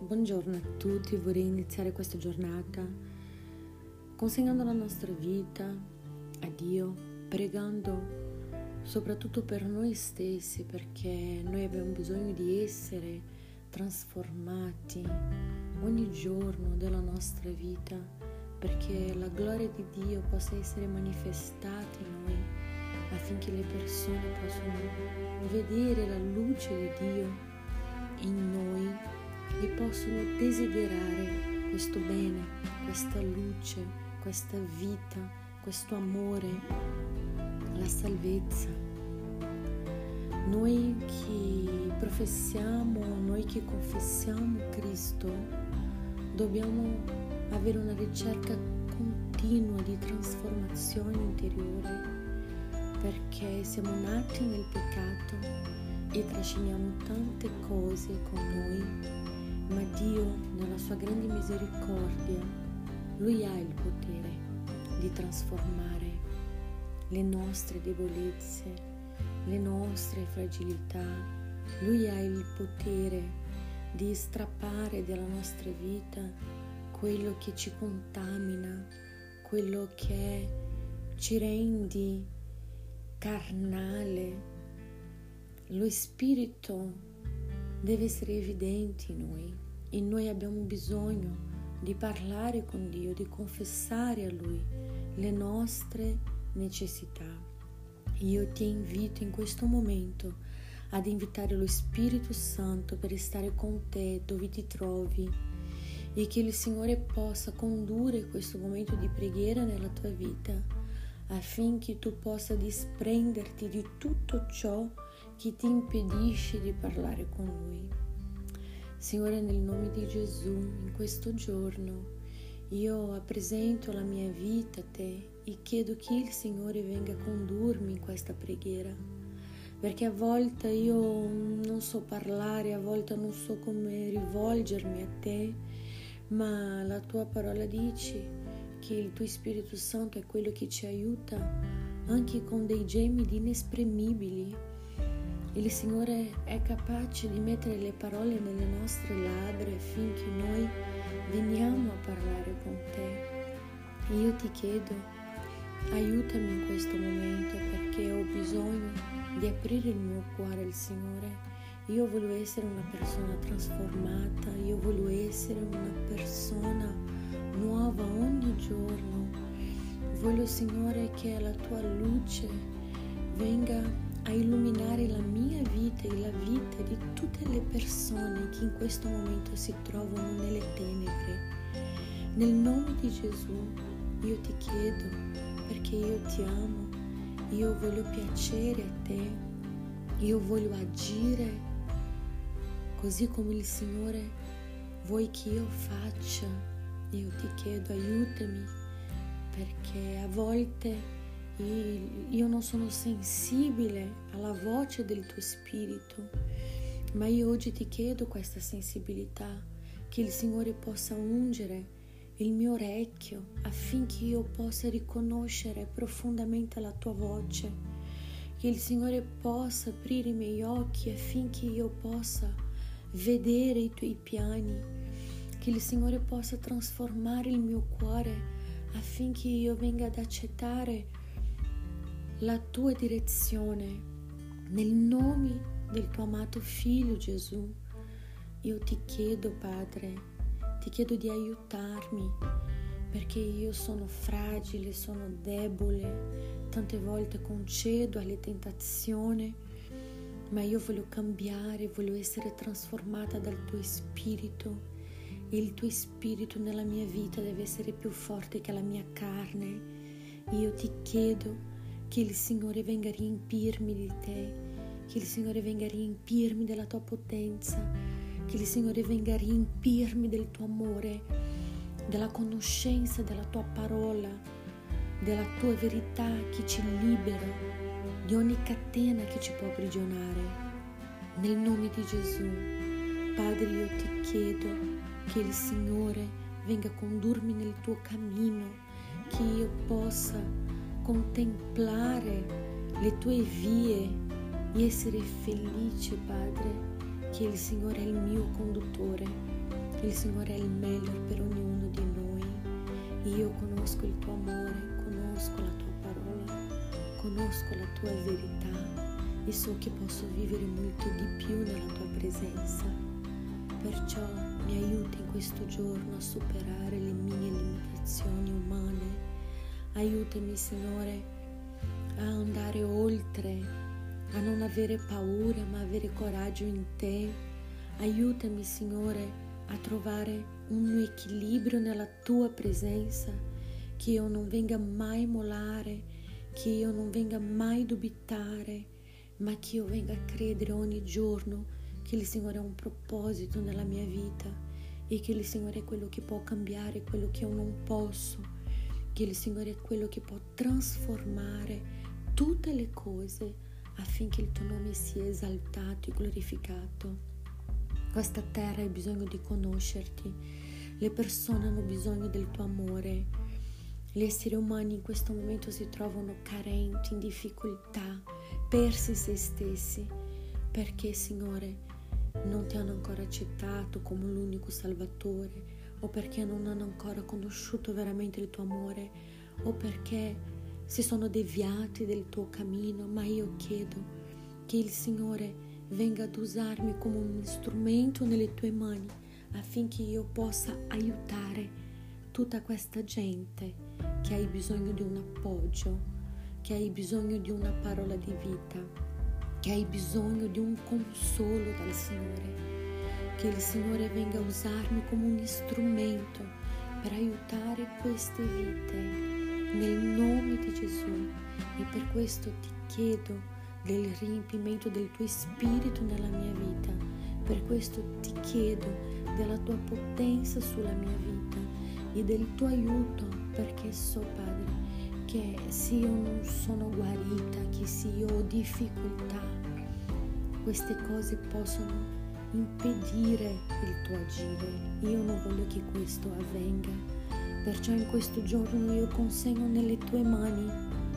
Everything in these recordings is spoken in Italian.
Buongiorno a tutti, vorrei iniziare questa giornata consegnando la nostra vita a Dio, pregando soprattutto per noi stessi, perché noi abbiamo bisogno di essere trasformati ogni giorno della nostra vita, perché la gloria di Dio possa essere manifestata in noi, affinché le persone possano vedere la luce di Dio in noi e possono desiderare questo bene, questa luce, questa vita, questo amore, la salvezza. Noi che professiamo, noi che confessiamo Cristo, dobbiamo avere una ricerca continua di trasformazione interiore, perché siamo nati nel peccato e trasciniamo tante cose con noi, ma Dio nella sua grande misericordia, Lui ha il potere di trasformare le nostre debolezze, le nostre fragilità. Lui ha il potere di strappare dalla nostra vita quello che ci contamina, quello che ci rende carnale. Lo Spirito deve essere evidente in noi abbiamo bisogno di parlare con Dio, di confessare a Lui le nostre necessità. Io ti invito in questo momento ad invitare lo Spirito Santo per stare con te dove ti trovi e che il Signore possa condurre questo momento di preghiera nella tua vita, affinché tu possa disprenderti di tutto ciò che ti impedisce di parlare con Lui. Signore, nel nome di Gesù, in questo giorno io presento la mia vita a te e chiedo che il Signore venga a condurmi in questa preghiera, perché a volte io non so parlare, a volte non so come rivolgermi a te, ma la tua parola dice che il tuo Spirito Santo è quello che ci aiuta anche con dei gemiti inesprimibili. Il Signore è capace di mettere le parole nelle nostre labbra affinché noi veniamo a parlare con te. Io ti chiedo, aiutami in questo momento, perché ho bisogno di aprire il mio cuore al Signore. Io voglio essere una persona trasformata, io voglio essere una persona nuova ogni giorno. Voglio, Signore, che la tua luce venga a illuminare la mia vita e la vita di tutte le persone che in questo momento si trovano nelle tenebre. Nel nome di Gesù io ti chiedo, perché io ti amo, io voglio piacere a te, io voglio agire così come il Signore vuoi che io faccia. Io ti chiedo, aiutami, perché a volte io non sono sensibile alla voce del tuo Spirito, ma io oggi ti chiedo questa sensibilità, che il Signore possa ungere il mio orecchio affinché io possa riconoscere profondamente la tua voce, che il Signore possa aprire i miei occhi affinché io possa vedere i tuoi piani, che il Signore possa trasformare il mio cuore affinché io venga ad accettare la tua direzione. Nel nome del tuo amato Figlio Gesù, io ti chiedo, Padre, ti chiedo di aiutarmi, perché io sono fragile, sono debole, tante volte concedo alle tentazioni, ma io voglio cambiare, voglio essere trasformata dal tuo Spirito, e il tuo Spirito nella mia vita deve essere più forte che la mia carne. Io ti chiedo che il Signore venga a riempirmi di te, che il Signore venga a riempirmi della tua potenza, che il Signore venga a riempirmi del tuo amore, della conoscenza della tua parola, della tua verità che ci libera di ogni catena che ci può aprigionare. Nel nome di Gesù, Padre, io ti chiedo che il Signore venga a condurmi nel tuo cammino, che io possa contemplare le tue vie e essere felice, Padre, che il Signore è il mio conduttore. Il Signore è il meglio per ognuno di noi. Io conosco il tuo amore, conosco la tua parola, conosco la tua verità e so che posso vivere molto di più nella tua presenza. Perciò mi aiuti in questo giorno a superare le mie limitazioni umane. Aiutami, Signore, a andare oltre, a non avere paura ma avere coraggio in te. Aiutami, Signore, a trovare un mio equilibrio nella tua presenza, che io non venga mai molare, che io non venga mai dubitare, ma che io venga a credere ogni giorno che il Signore ha un proposito nella mia vita e che il Signore è quello che può cambiare quello che io non posso, che il Signore è quello che può trasformare tutte le cose affinché il tuo nome sia esaltato e glorificato. Questa terra ha bisogno di conoscerti, le persone hanno bisogno del tuo amore, gli esseri umani in questo momento si trovano carenti, in difficoltà, persi in se stessi, perché, Signore, non ti hanno ancora accettato come l'unico Salvatore, o perché non hanno ancora conosciuto veramente il tuo amore, o perché si sono deviati del tuo cammino. Ma io chiedo che il Signore venga ad usarmi come un strumento nelle tue mani affinché io possa aiutare tutta questa gente che hai bisogno di un appoggio, che hai bisogno di una parola di vita, che hai bisogno di un consolo dal Signore. Che il Signore venga a usarmi come un strumento per aiutare queste vite nel nome di Gesù. E per questo ti chiedo del riempimento del tuo spirito nella mia vita. Per questo ti chiedo della tua potenza sulla mia vita e del tuo aiuto, perché so, Padre, che se io non sono guarita, che se io ho difficoltà, queste cose possono impedire il tuo agire. Io non voglio che questo avvenga. Perciò in questo giorno io consegno nelle tue mani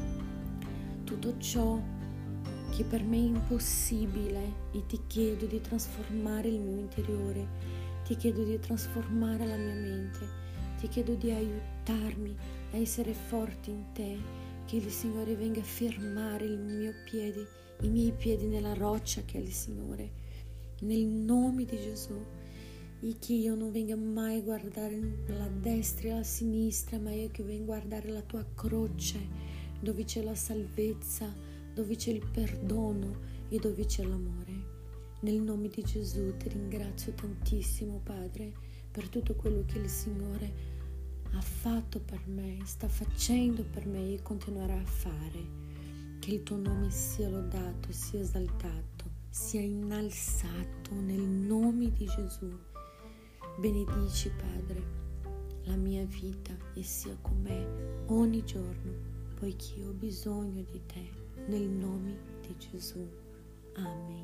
tutto ciò che per me è impossibile e ti chiedo di trasformare il mio interiore, ti chiedo di trasformare la mia mente, ti chiedo di aiutarmi a essere forte in te, che il Signore venga a fermare i miei piedi nella roccia che è il Signore, nel nome di Gesù, e che io non venga mai a guardare alla destra e alla sinistra, ma io che venga a guardare la tua croce, dove c'è la salvezza, dove c'è il perdono e dove c'è l'amore. Nel nome di Gesù ti ringrazio tantissimo, Padre, per tutto quello che il Signore ha fatto per me, sta facendo per me e continuerà a fare. Che il tuo nome sia lodato, sia esaltato, sia innalzato nel nome di Gesù. Benedici, Padre, la mia vita e sia con me ogni giorno, poiché ho bisogno di te. Nel nome di Gesù. Amen.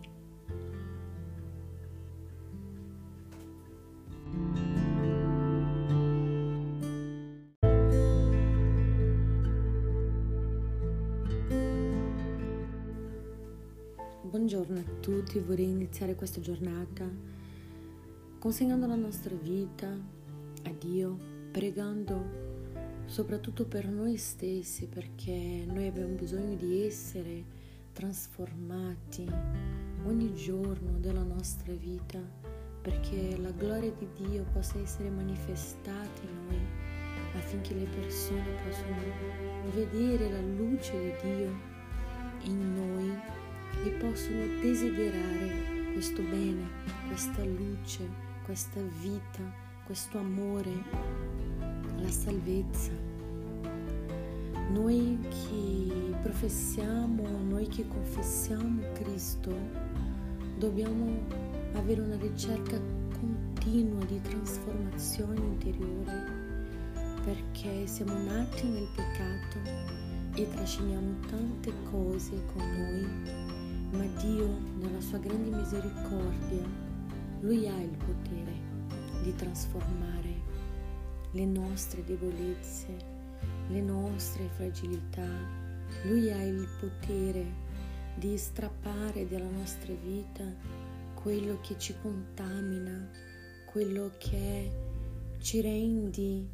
Buongiorno a tutti, vorrei iniziare questa giornata consegnando la nostra vita a Dio, pregando soprattutto per noi stessi, perché noi abbiamo bisogno di essere trasformati ogni giorno della nostra vita, perché la gloria di Dio possa essere manifestata in noi, affinché le persone possano vedere la luce di Dio in noi e possono desiderare questo bene, questa luce, questa vita, questo amore, la salvezza. Noi che professiamo, noi che confessiamo Cristo, dobbiamo avere una ricerca continua di trasformazione interiore, perché siamo nati nel peccato e trasciniamo tante cose con noi, ma Dio, nella sua grande misericordia, Lui ha il potere di trasformare le nostre debolezze, le nostre fragilità. Lui ha il potere di strappare dalla nostra vita quello che ci contamina, quello che ci rendi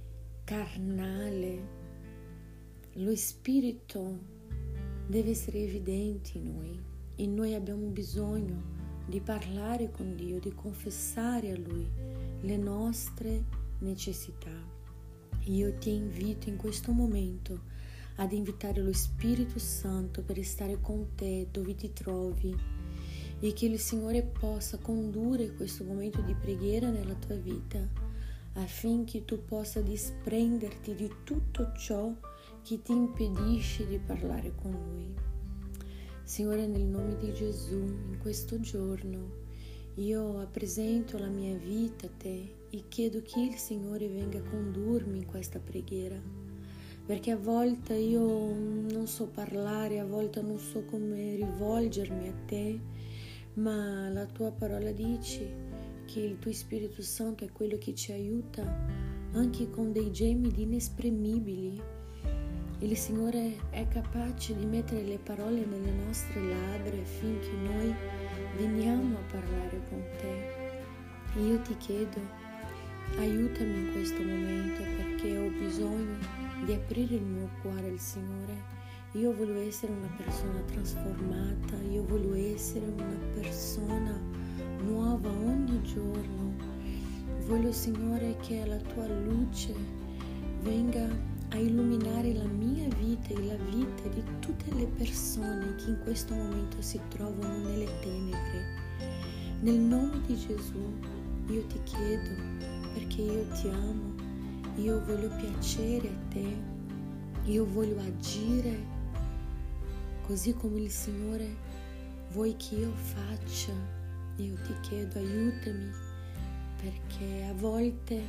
carnale. Lo Spirito deve essere evidente in noi e noi abbiamo bisogno di parlare con Dio, di confessare a Lui le nostre necessità. Io ti invito in questo momento ad invitare lo Spirito Santo per stare con te dove ti trovi e che il Signore possa condurre questo momento di preghiera nella tua vita affinché tu possa disprenderti di tutto ciò che ti impedisce di parlare con Lui. Signore, nel nome di Gesù, in questo giorno io presento la mia vita a te e chiedo che il Signore venga a condurmi in questa preghiera, perché a volte io non so parlare, a volte non so come rivolgermi a te, ma la tua parola dice che il tuo Spirito Santo è quello che ci aiuta anche con dei gemiti inesprimibili. Il Signore è capace di mettere le parole nelle nostre labbra affinché noi veniamo a parlare con te. Io ti chiedo, aiutami in questo momento perché ho bisogno di aprire il mio cuore al Signore. Io voglio essere una persona trasformata, io voglio essere una persona nuova ogni giorno. Voglio, Signore, che la tua luce venga a illuminare la mia vita e la vita di tutte le persone che in questo momento si trovano nelle tenebre. Nel nome di Gesù io ti chiedo, perché io ti amo, io voglio piacere a te, io voglio agire così come il Signore vuoi che io faccia. Io ti chiedo, aiutami, perché a volte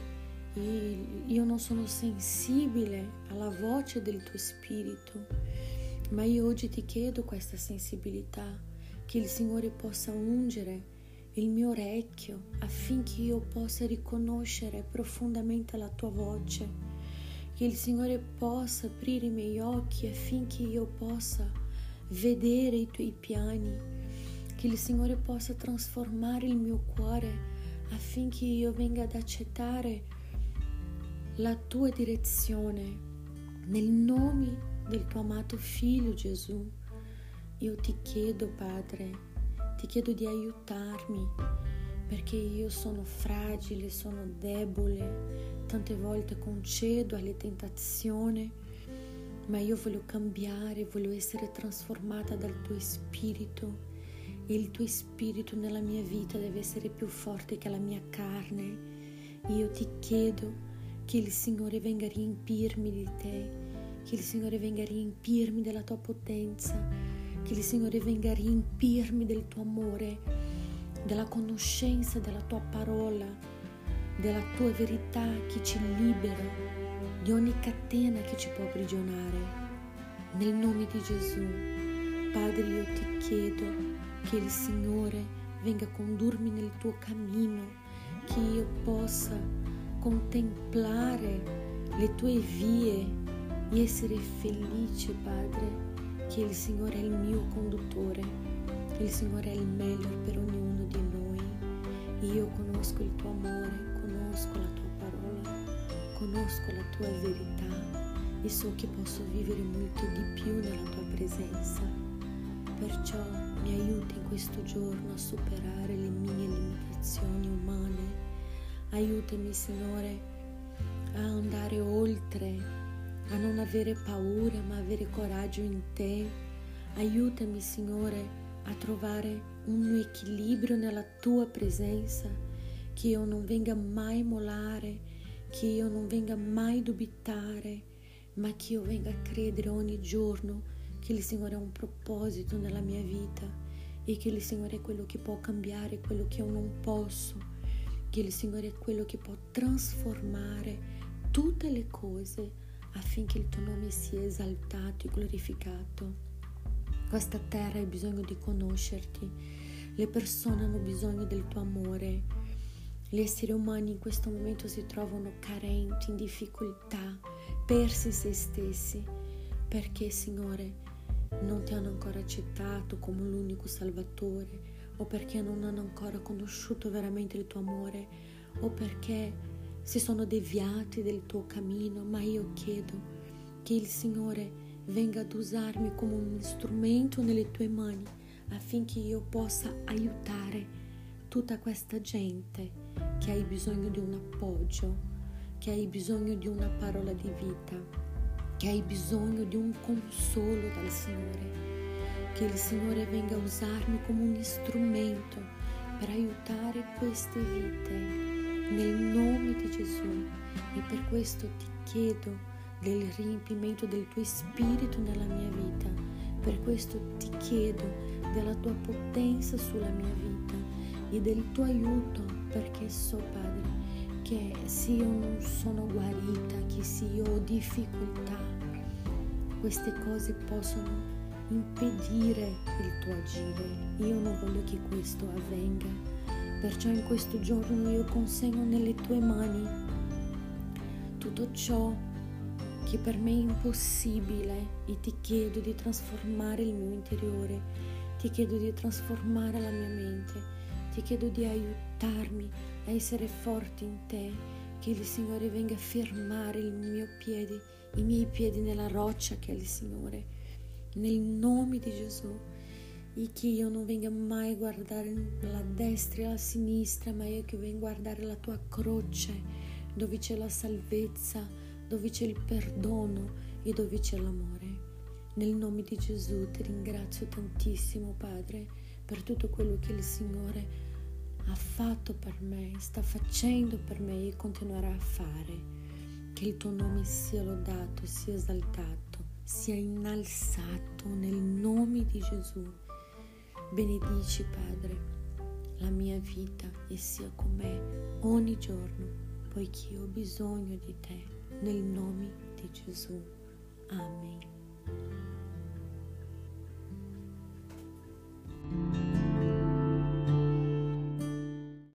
io non sono sensibile alla voce del tuo Spirito, ma io oggi ti chiedo questa sensibilità, che il Signore possa ungere il mio orecchio affinché io possa riconoscere profondamente la tua voce, che il Signore possa aprire i miei occhi affinché io possa vedere i tuoi piani, che il Signore possa trasformare il mio cuore affinché io venga ad accettare la tua direzione. Nel nome del tuo amato Figlio Gesù, io ti chiedo, Padre, ti chiedo di aiutarmi, perché io sono fragile, sono debole, tante volte concedo alle tentazioni, ma io voglio cambiare, voglio essere trasformata dal tuo Spirito. E il tuo Spirito nella mia vita deve essere più forte che la mia carne. Io ti chiedo che il Signore venga a riempirmi di te, che il Signore venga a riempirmi della tua potenza, che il Signore venga a riempirmi del tuo amore, della conoscenza della tua parola, della tua verità che ci libera di ogni catena che ci può aprigionare. Nel nome di Gesù, Padre, io ti chiedo che il Signore venga a condurmi nel tuo cammino, che io possa contemplare le tue vie e essere felice, Padre, che il Signore è il mio conduttore, il Signore è il meglio per ognuno di noi. Io conosco il tuo amore, conosco la tua parola, conosco la tua verità e so che posso vivere molto di più nella tua presenza. Perciò mi aiuti in questo giorno a superare le mie limitazioni umane. Aiutami, Signore, a andare oltre, a non avere paura, ma avere coraggio in te. Aiutami, Signore, a trovare un equilibrio nella tua presenza, che io non venga mai mollare, che io non venga mai dubitare, ma che io venga a credere ogni giorno che il Signore ha un proposito nella mia vita e che il Signore è quello che può cambiare quello che io non posso, che il Signore è quello che può trasformare tutte le cose affinché il tuo nome sia esaltato e glorificato. Questa terra ha bisogno di conoscerti, le persone hanno bisogno del tuo amore, gli esseri umani in questo momento si trovano carenti, in difficoltà, persi se stessi, perché, Signore, non ti hanno ancora accettato come l'unico Salvatore, o perché non hanno ancora conosciuto veramente il tuo amore, o perché si sono deviati del tuo cammino, ma io chiedo che il Signore venga ad usarmi come un strumento nelle tue mani affinché io possa aiutare tutta questa gente che hai bisogno di un appoggio, che hai bisogno di una parola di vita, che hai bisogno di un consolo dal Signore. Che il Signore venga a usarmi come un strumento per aiutare queste vite nel nome di Gesù. E per questo ti chiedo del riempimento del tuo spirito nella mia vita. Per questo ti chiedo della tua potenza sulla mia vita e del tuo aiuto, perché so, Padre, che se io non sono guarita, che se io ho difficoltà, queste cose possono impedire il tuo agire. Io non voglio che questo avvenga, perciò in questo giorno io consegno nelle tue mani tutto ciò che per me è impossibile e ti chiedo di trasformare il mio interiore, ti chiedo di trasformare la mia mente, ti chiedo di aiutarmi a essere forte in te, che il Signore venga a fermare i miei piedi nella roccia che è il Signore, nel nome di Gesù, e che io non venga mai a guardare alla destra e alla sinistra, ma io che venga a guardare la tua croce, dove c'è la salvezza, dove c'è il perdono e dove c'è l'amore. Nel nome di Gesù ti ringrazio tantissimo, Padre, per tutto quello che il Signore ha fatto per me, sta facendo per me e continuerà a fare. Che il tuo nome sia lodato, sia esaltato, sia innalzato nel nome di Gesù. Benedici, Padre, la mia vita e sia con me ogni giorno, poiché ho bisogno di te, nel nome di Gesù. Amen.